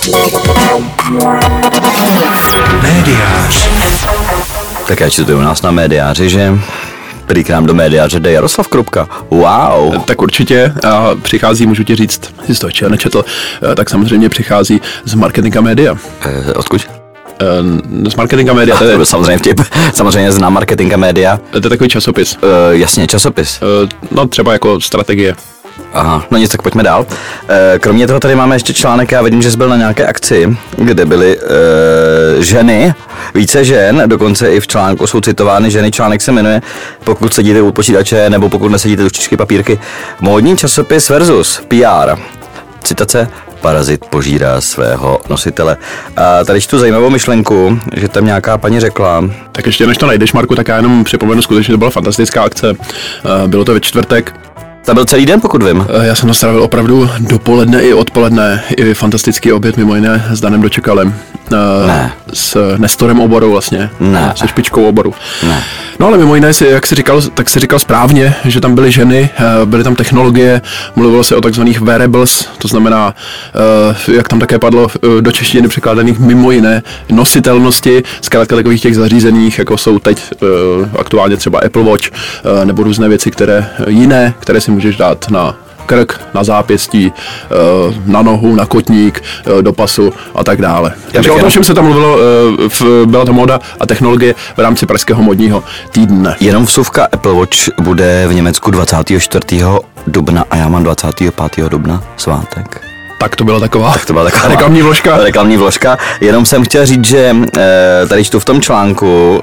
Médiář. Tak já čtu u nás na Médiáři, že prý k nám do Médiáře jde Jaroslav Krupka. Wow. Tak určitě přichází, můžu ti říct, jsi to ještě nečetl, tak samozřejmě přichází z Marketinga Media. Odkud? Z Marketinga Media. To je samozřejmě vtip. Samozřejmě znám Marketinga Media. To je takový časopis. Jasně, časopis. No třeba jako strategie. Aha, no nic, tak pojďme dál. Kromě toho tady máme ještě článek, já vidím, že jsi byl na nějaké akci, kde byly ženy, více žen, dokonce i v článku jsou citovány ženy, článek se jmenuje Pokud sedíte u počítače nebo pokud nesedíte u čtyřky papírky, módní časopis versus PR. Citace: Parazit požírá svého nositele. A tady čtu zajímavou myšlenku, že tam nějaká paní řekla. Tak ještě než to najdeš, Marku, tak já jenom připomenu, skutečně to byla fantastická akce. Bylo to ve čtvrtek. To byl celý den, pokud vím. Já jsem to strávil opravdu dopoledne i odpoledne. I fantastický oběd mimo jiné s Danem Dočekalem. Ne. S Nestorem Oborou vlastně. Ne. Se špičkou Oboru. Ne. No ale mimo jiné, jak jsi říkal, tak jsi říkal správně, že tam byly ženy, byly tam technologie, mluvilo se o takzvaných wearables, to znamená, jak tam také padlo do češtiny překládaných mimo jiné nositelnosti, zkrátka takových těch zařízeních, jako jsou teď aktuálně třeba Apple Watch, nebo různé věci, které si můžeš dát na krk, na zápěstí, na nohu, na kotník, do pasu a tak dále. Takže o tom všem se tam mluvilo, byla to móda a technologie v rámci pražského modního týdne. Jenom vsuvka, Apple Watch bude v Německu 24. dubna a já mám 25. dubna svátek. Tak to byla taková reklamní vložka. Jenom jsem chtěl říct, že tady čtu v tom článku,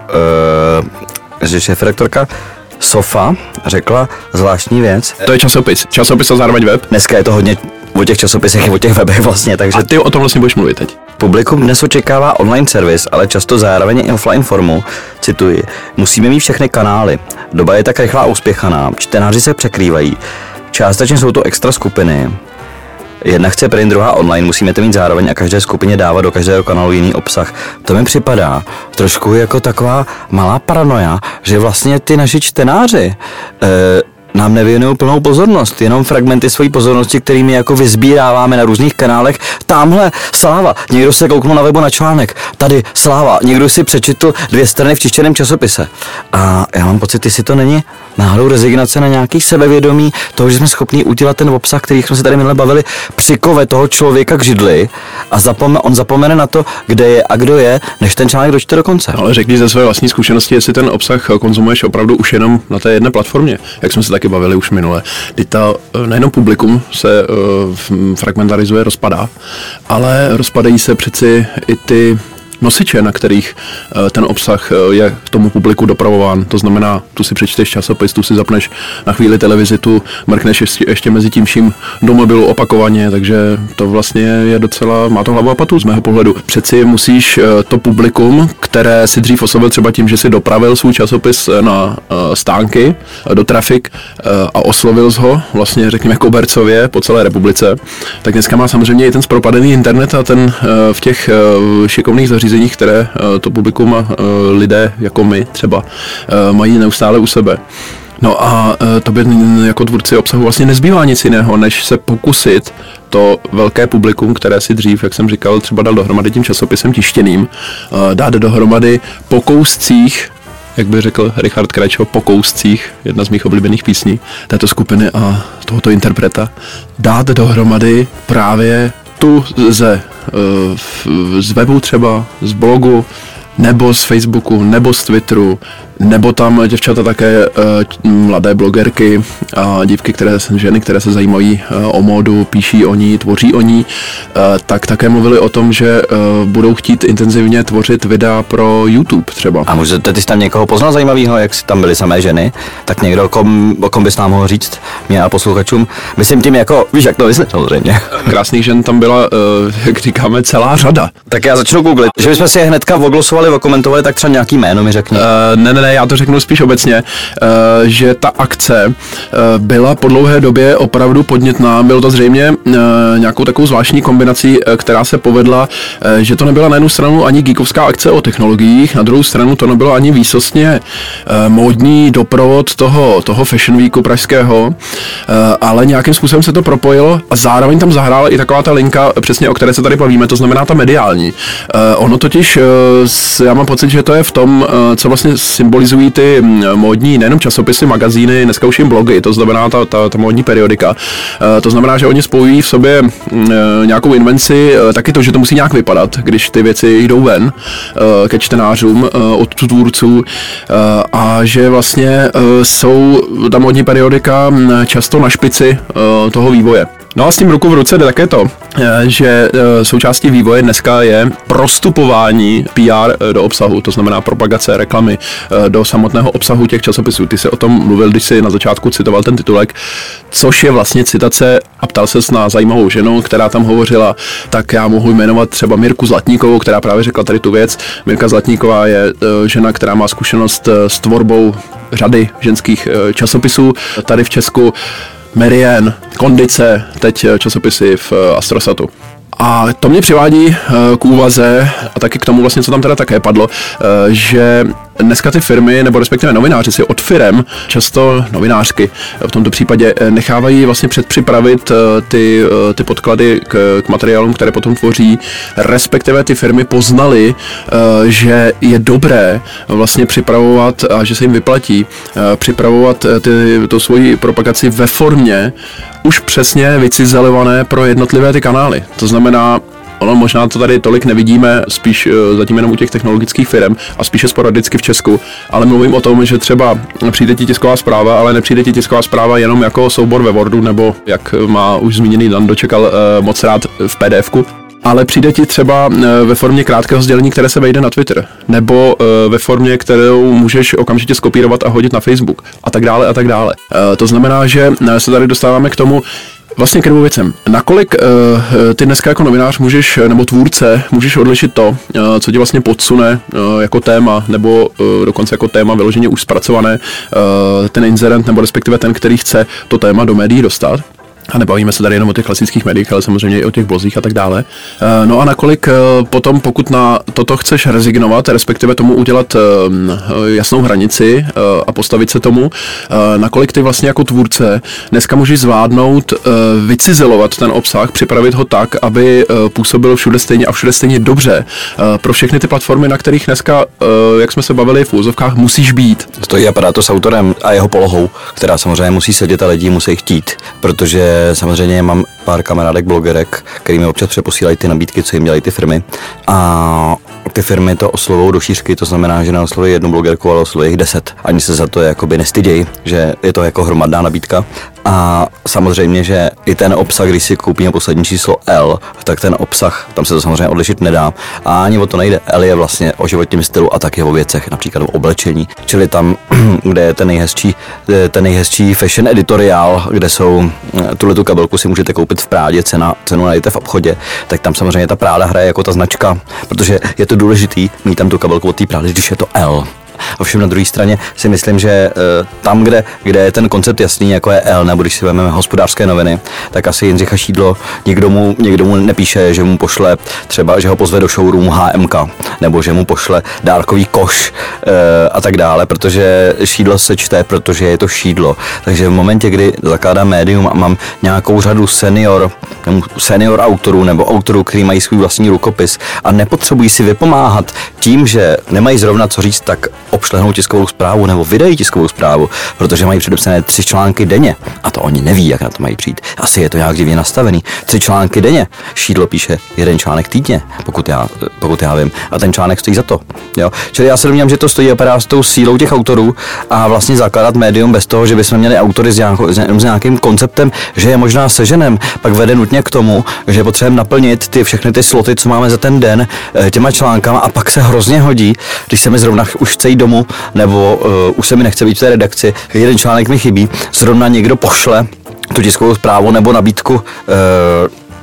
že šéfredaktorka Sofa řekla zvláštní věc. To je časopis a zároveň web. Dneska je to hodně o těch časopisech i o těch webech vlastně, takže... A ty o tom vlastně budeš mluvit teď. Publikum dnes očekává online servis, ale často zároveň i offline formu. Cituji: musíme mít všechny kanály. Doba je tak rychlá a uspěchaná, čtenáři se překrývají. Částečně jsou to extra skupiny. Jedna chce print, druhá online, musíme to mít zároveň a každé skupině dávat do každého kanálu jiný obsah. To mi připadá trošku jako taková malá paranoja, že vlastně ty naši čtenáři nám nevěnují plnou pozornost, jenom fragmenty své pozornosti, kterými jako vyzbíráváme na různých kanálech. Tamhle sláva, někdo se kouknul na webu na článek, tady sláva, někdo si přečetl 2 strany v tištěném časopise. A já mám pocit, jestli to není náhodou rezignace na nějaký sebevědomí, toho, že jsme schopni udělat ten obsah, který jsme se tady minule bavili, přikove toho člověka k židli a on zapomene na to, kde je a kdo je, než ten článek dočte do konce. Ale řekni ze své vlastní zkušenosti, jestli ten obsah konzumuješ opravdu už jenom na té jedné platformě, jak jsme se taky bavili už minule. Kdy nejenom publikum se fragmentarizuje, rozpadá, ale rozpadají se přeci i ty nosiče, na kterých ten obsah je k tomu publiku dopravován. To znamená, tu si přečteš časopis, tu si zapneš na chvíli televizi, tu mrkneš ještě mezi tím vším do mobilu opakovaně, takže to vlastně je docela, má to hlavu a patu z mého pohledu. Přeci musíš to publikum, které si dřív oslovil třeba tím, že si dopravil svůj časopis na stánky, do trafik a oslovil ho vlastně, řekněme, kobercově po celé republice, tak dneska má samozřejmě i ten zpropadený internet a ten v těch šikovných zařízeních, které to publikum a lidé jako my třeba mají neustále u sebe. No a to by jako tvůrci obsahu vlastně nezbývá nic jiného, než se pokusit to velké publikum, které si dřív, jak jsem říkal, třeba dal dohromady tím časopisem tištěným, dát dohromady po kouscích, jak by řekl Richard Krajčo, po kouscích, jedna z mých oblíbených písní této skupiny a tohoto interpreta, dát dohromady právě tu z webu třeba, z blogu, nebo z Facebooku, nebo z Twitteru, nebo tam děvčata také mladé blogerky a dívky, ženy, které se zajímají o módu, píší o ní, tvoří o ní, tak také mluvili o tom, že budou chtít intenzivně tvořit videa pro YouTube třeba. A můžete, ty jsi tam někoho poznal zajímavého, jak tam byly samé ženy, tak někdo, o kom bys nám mohl říct, mě a posluchačům, myslím tím jako, víš, jak to myslím, samozřejmě. Krásných žen tam byla, jak říkáme, celá řada. Tak já začnu googlit, že bychom si je hnedka oglosovali, okomentovali, tak třeba nějaký jméno mi řekni. Ne, ne, já to řeknu spíš obecně, že ta akce byla po dlouhé době opravdu podnětná. Bylo to zřejmě nějakou takovou zvláštní kombinací, která se povedla, že to nebyla na jednu stranu ani geekovská akce o technologiích, na druhou stranu to nebylo ani výsostně módní doprovod toho Fashion Weeku pražského, ale nějakým způsobem se to propojilo a zároveň tam zahrála i taková ta linka, přesně o které se tady bavíme, to znamená ta mediální. Ono totiž, já mám pocit, že to je v tom, co vlastně symbolizují ty módní, nejenom časopisy, magazíny, dneska už jim blogy, to znamená ta módní periodika. To znamená, že oni spojují v sobě nějakou invenci, taky to, že to musí nějak vypadat, když ty věci jdou ven ke čtenářům od tvůrců a že vlastně jsou ta módní periodika často na špici toho vývoje. No a s tím ruku v ruce jde také to, že součástí vývoje dneska je prostupování PR do obsahu, to znamená propagace, reklamy do samotného obsahu těch časopisů. Ty se o tom mluvil, když si na začátku citoval ten titulek, což je vlastně citace a ptal ses na zajímavou ženu, která tam hovořila, tak já mohu jmenovat třeba Mirku Zlatníkovou, která právě řekla tady tu věc. Mirka Zlatníková je žena, která má zkušenost s tvorbou řady ženských časopisů tady v Česku. Marianne, Kondice, teď časopisy v Astrosatu. A to mě přivádí k úvaze a taky k tomu vlastně, co tam teda také padlo, že dneska ty firmy, nebo respektive novináři si od firem, často novinářky v tomto případě, nechávají vlastně předpřipravit ty podklady k materiálům, které potom tvoří, respektive ty firmy poznaly, že je dobré vlastně připravovat a že se jim vyplatí připravovat tu svoji propagaci ve formě už přesně vycizelované pro jednotlivé ty kanály. To znamená, ono možná to tady tolik nevidíme, spíš zatím jenom u těch technologických firm a spíše sporadicky v Česku, ale mluvím o tom, že třeba přijde ti tisková zpráva, ale nepřijde ti tisková zpráva jenom jako soubor ve Wordu, nebo jak má už zmíněný Dan dočekal moc rád v PDFku, ale přijde ti třeba ve formě krátkého sdělení, které se vejde na Twitter, nebo ve formě, kterou můžeš okamžitě skopírovat a hodit na Facebook a tak dále a tak dále. To znamená, že se tady dostáváme k tomu, vlastně k dvou věcem. Nakolik ty dneska jako novinář můžeš, nebo tvůrce, můžeš odlišit to, co ti vlastně podsune jako téma, nebo dokonce jako téma vyloženě už zpracované ten inzerent, nebo respektive ten, který chce to téma do médií dostat. A nebavíme se tady jenom o těch klasických médiích, ale samozřejmě i o těch blozích a tak dále. No a nakolik potom, pokud na toto chceš rezignovat, respektive tomu udělat jasnou hranici a postavit se tomu, nakolik ty vlastně jako tvůrce dneska můžeš zvládnout vycizelovat ten obsah, připravit ho tak, aby působil všude stejně a všude stejně dobře pro všechny ty platformy, na kterých dneska, jak jsme se bavili v úzovkách, musíš být. Stojí aparát to s autorem a jeho polohou, která samozřejmě musí sedět a lidi musí chtít, protože samozřejmě mám pár kamarádek blogerek, který mi občas přeposílají ty nabídky, co jim dělají ty firmy. A ty firmy to oslovují do šířky, to znamená, že neoslovují jednu blogerku, ale oslovují jich 10. Ani se za to jakoby nestydějí, že je to jako hromadná nabídka. A samozřejmě, že i ten obsah, když si koupíme poslední číslo L, tak ten obsah, tam se to samozřejmě odlišit nedá. A ani o to nejde. L je vlastně o životním stylu a taky o věcech, například o oblečení. Čili tam, kde je ten nejhezčí fashion editoriál, kde jsou tuhletu kabelku si můžete koupit v Prádě, cenu najdete v obchodě, tak tam samozřejmě ta Práda hraje jako ta značka, protože je to důležitý mít tam tu kabelku od té Prády, když je to L. Ovšem na druhé straně si myslím, že tam, kde je ten koncept jasný, jako je L, nebo když si vezmeme Hospodářské noviny, tak asi Jindřicha Šídlo někdo mu nepíše, že mu pošle třeba, že ho pozve do showroomu HMK, nebo že mu pošle dárkový koš a tak dále, protože Šídlo se čte, protože je to Šídlo. Takže v momentě, kdy zakládám médium a mám nějakou řadu senior autorů nebo autorů, kteří mají svůj vlastní rukopis a nepotřebují si vypomáhat tím, že nemají zrovna co říct, tak obšlehnou tiskovou zprávu nebo vydají tiskovou zprávu, protože mají předepsané 3 články denně a to oni neví, jak na to mají přijít. Asi je to nějak divně nastavený. 3 články denně. Šídlo píše 1 článek týdně, pokud já vím. A ten článek stojí za to. Jo? Čili já se domnívám, že to stojí opravdu s tou sílou těch autorů a vlastně zakládat médium bez toho, že bychom měli autory s nějakým konceptem, že je možná seženem, pak vede nutně k tomu, že potřebujeme naplnit všechny ty sloty, co máme za ten den, těma článkama a pak se hrozně hodí, když se mi zrovna už chce jít domů, nebo už se mi nechce být v té redakci, 1 článek mi chybí, zrovna někdo pošle tu tiskovou zprávu nebo nabídku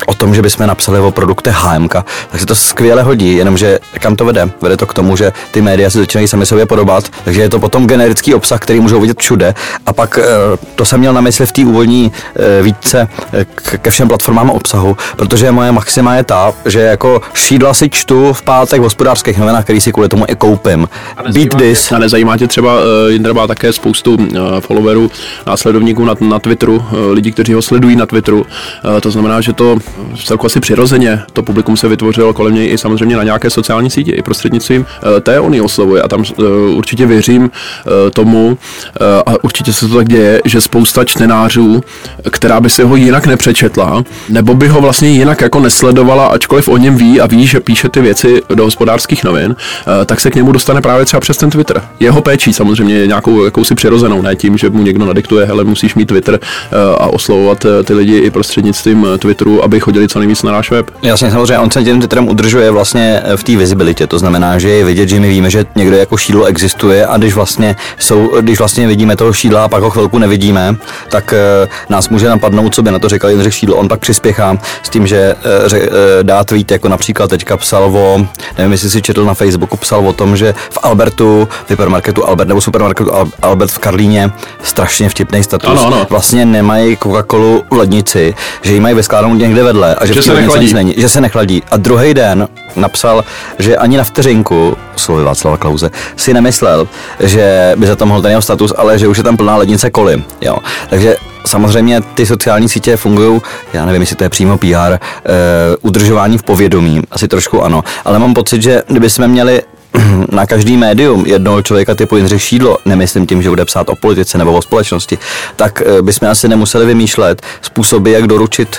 o tom, že bychom napsali o produktech HMK, tak se to skvěle hodí, jenomže kam to vede? Vede to k tomu, že ty média se začínají sami sobě podobat, takže je to potom generický obsah, který můžou vidět všude. A pak to jsem měl na mysli v té úvodní výtce ke všem platformám obsahu, protože moje maxima je ta, že jako šídla si čtu v pátek v Hospodářských novinách, který si kvůli tomu i koupím. Beat this. A nezajímá tě třeba, Jindra má také spoustu followerů, následovníků na Twitteru, lidí, kteří ho sledují na Twitteru. To znamená, že to celku asi přirozeně to publikum se vytvořilo kolem něj i samozřejmě na nějaké sociální sítě, i prostřednictvím té on ji oslovuje a tam určitě věřím tomu a určitě se to tak děje, že spousta čtenářů, která by si ho jinak nepřečetla, nebo by ho vlastně jinak jako nesledovala, ačkoliv o něm ví a ví, že píše ty věci do Hospodářských novin, tak se k němu dostane právě třeba přes ten Twitter. Jeho péčí samozřejmě nějakou jakousi přirozenou, ne tím, že mu někdo nadiktuje, hele, musíš mít Twitter a oslovovat ty lidi i prostřednictvím Twitteru, aby chodili co nejvíc na náš web. Jasně, samozřejmě, on se tím Twitterem udržuje vlastně v té visibilitě, to znamená, že je vidět, že my víme, že někdo jako šídlo existuje a když vlastně vidíme toho šídla a pak ho chvilku nevidíme, tak nás může napadnout, co by na to říkal Jindřich Šídlo. On pak přispěchá s tím, že dá tweet, jako například teďka psal nevím, jestli si četl na Facebooku, psal o tom, že v Albertu, v hypermarketu Albert nebo supermarketu Albert v Karlíně, strašně vtipný status, ano. Vlastně nemají Coca-Colu v lednici, že ji mají vyskládanou někde vedle a že se nechladí. Není, že se nechladí. A druhý den napsal, že ani na vteřinku, slovy Václava Klause, si nemyslel, že by za to mohl ten jeho status, ale že už je tam plná lednice koly. Jo. Takže samozřejmě ty sociální sítě fungují, já nevím, jestli to je přímo PR, udržování v povědomí, asi trošku ano, ale mám pocit, že kdybychom měli na každý médium jednoho člověka typu Jindřich Šídlo, nemyslím tím, že bude psát o politice nebo o společnosti, tak bychom asi nemuseli vymýšlet způsoby, jak doručit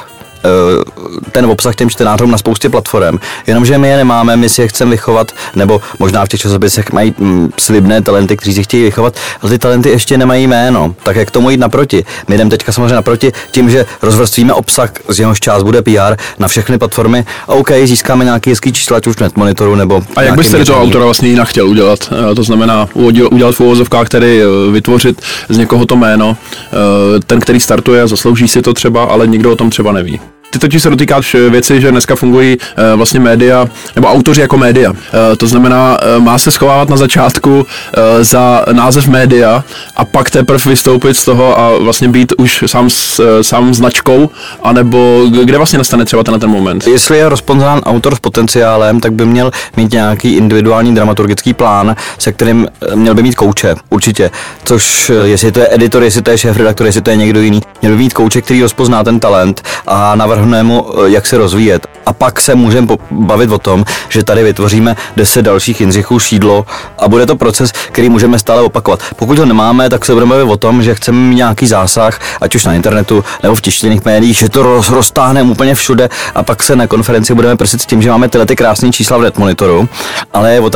ten obsah těm čtenářům na spoustě platform, jenomže my je nemáme, my si je chceme vychovat, nebo možná v těch časopisech mají slibné talenty, kteří si chtějí vychovat, ale ty talenty ještě nemají jméno. Tak jak tomu jít naproti? My jdeme teďka samozřejmě naproti tím, že rozvrstvíme obsah, z jehož část bude PR na všechny platformy. OK, získáme nějaký hezký čísla, ať už net monitoru nebo. A jak byste toho autora vlastně jinak chtěl udělat? To znamená udělat v uvozovkách, tedy vytvořit z někoho to jméno, ten, který startuje, zaslouží si to třeba, ale nikdo o tom třeba neví. Ty totiž se dotýkáš věci, že dneska fungují vlastně média, nebo autoři jako média. To znamená, má se schovávat na začátku za název média a pak teprve vystoupit z toho a vlastně být už sám značkou, anebo kde vlastně nastane třeba ten moment? Jestli je rozpoznán autor s potenciálem, tak by měl mít nějaký individuální dramaturgický plán, se kterým měl by mít kouče, určitě. Což jestli to je editor, jestli to je šéfredaktor, jestli to je někdo jiný, měl by mít kouče, který rozpozná ten talent a navrhne mu, jak se rozvíjet. A pak se můžeme bavit o tom, že tady vytvoříme 10 dalších Jindřichů Šídlo a bude to proces, který můžeme stále opakovat. Pokud ho nemáme, tak se budeme bavit o tom, že chceme mít nějaký zásah, ať už na internetu nebo v tištěných médiích, že to roztáhneme úplně všude a pak se na konferenci budeme prsit s tím, že máme tyhle ty krásné čísla v net monitoru. Ale je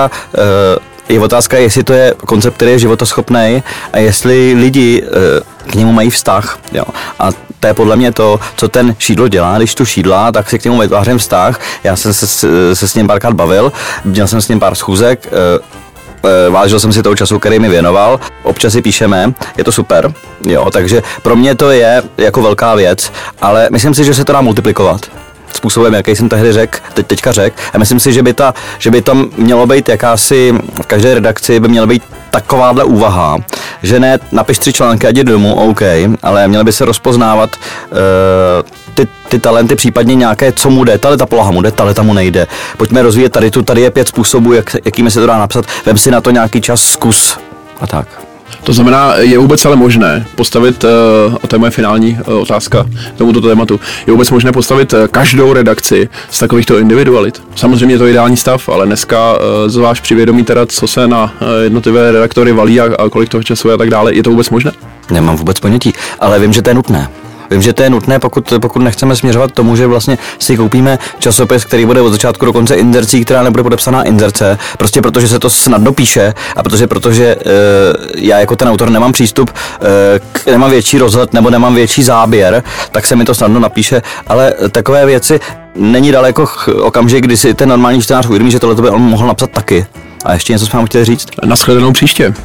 otázka, jestli to je koncept, který je životaschopný a jestli lidi k němu mají vztah. Jo. A to je podle mě to, co ten Šídlo dělá. Když tu šídlá, tak si k němu vytvářím vztah. Já jsem se s ním párkrát bavil, měl jsem s ním pár schůzek, vážil jsem si toho času, který mi věnoval, občas si píšeme, je to super, jo, takže pro mě to je jako velká věc, ale myslím si, že se to dá multiplikovat způsobem, jaký jsem tehdy teďka řekl. A myslím si, že by tam mělo být jakási, v každé redakci by měla být takováhle úvaha, že ne, napiš 3 články a jdi domů, OK, ale měly by se rozpoznávat ty talenty, případně nějaké, co mu jde, ta poloha mu jde, ta mu nejde. Pojďme rozvíjet tady je 5 způsobů, jakými se to dá napsat, vem si na to nějaký čas, zkus a tak. To znamená, je vůbec ale možné postavit, a to je moje finální otázka k tomuto tématu, je vůbec možné postavit každou redakci z takovýchto individualit. Samozřejmě je to ideální stav, ale dneska zvlášť při vědomí teda, co se na jednotlivé redaktory valí a kolik toho času a tak dále, je to vůbec možné? Nemám vůbec ponětí, ale vím, že to je nutné. Vím, že to je nutné, pokud nechceme směřovat k tomu, že vlastně si koupíme časopis, který bude od začátku do konce inzercí, která nebude podepsaná inzerce, prostě protože se to snadno píše a protože já jako ten autor nemám přístup, nemám větší rozhled nebo nemám větší záběr, tak se mi to snadno napíše, ale takové věci není daleko okamžik, kdy si ten normální čtenář uvědomí, že tohle by on mohl napsat taky. A ještě něco jsme vám chtěli říct? Naschledanou příště.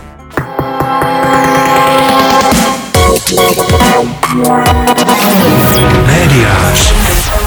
Médiář.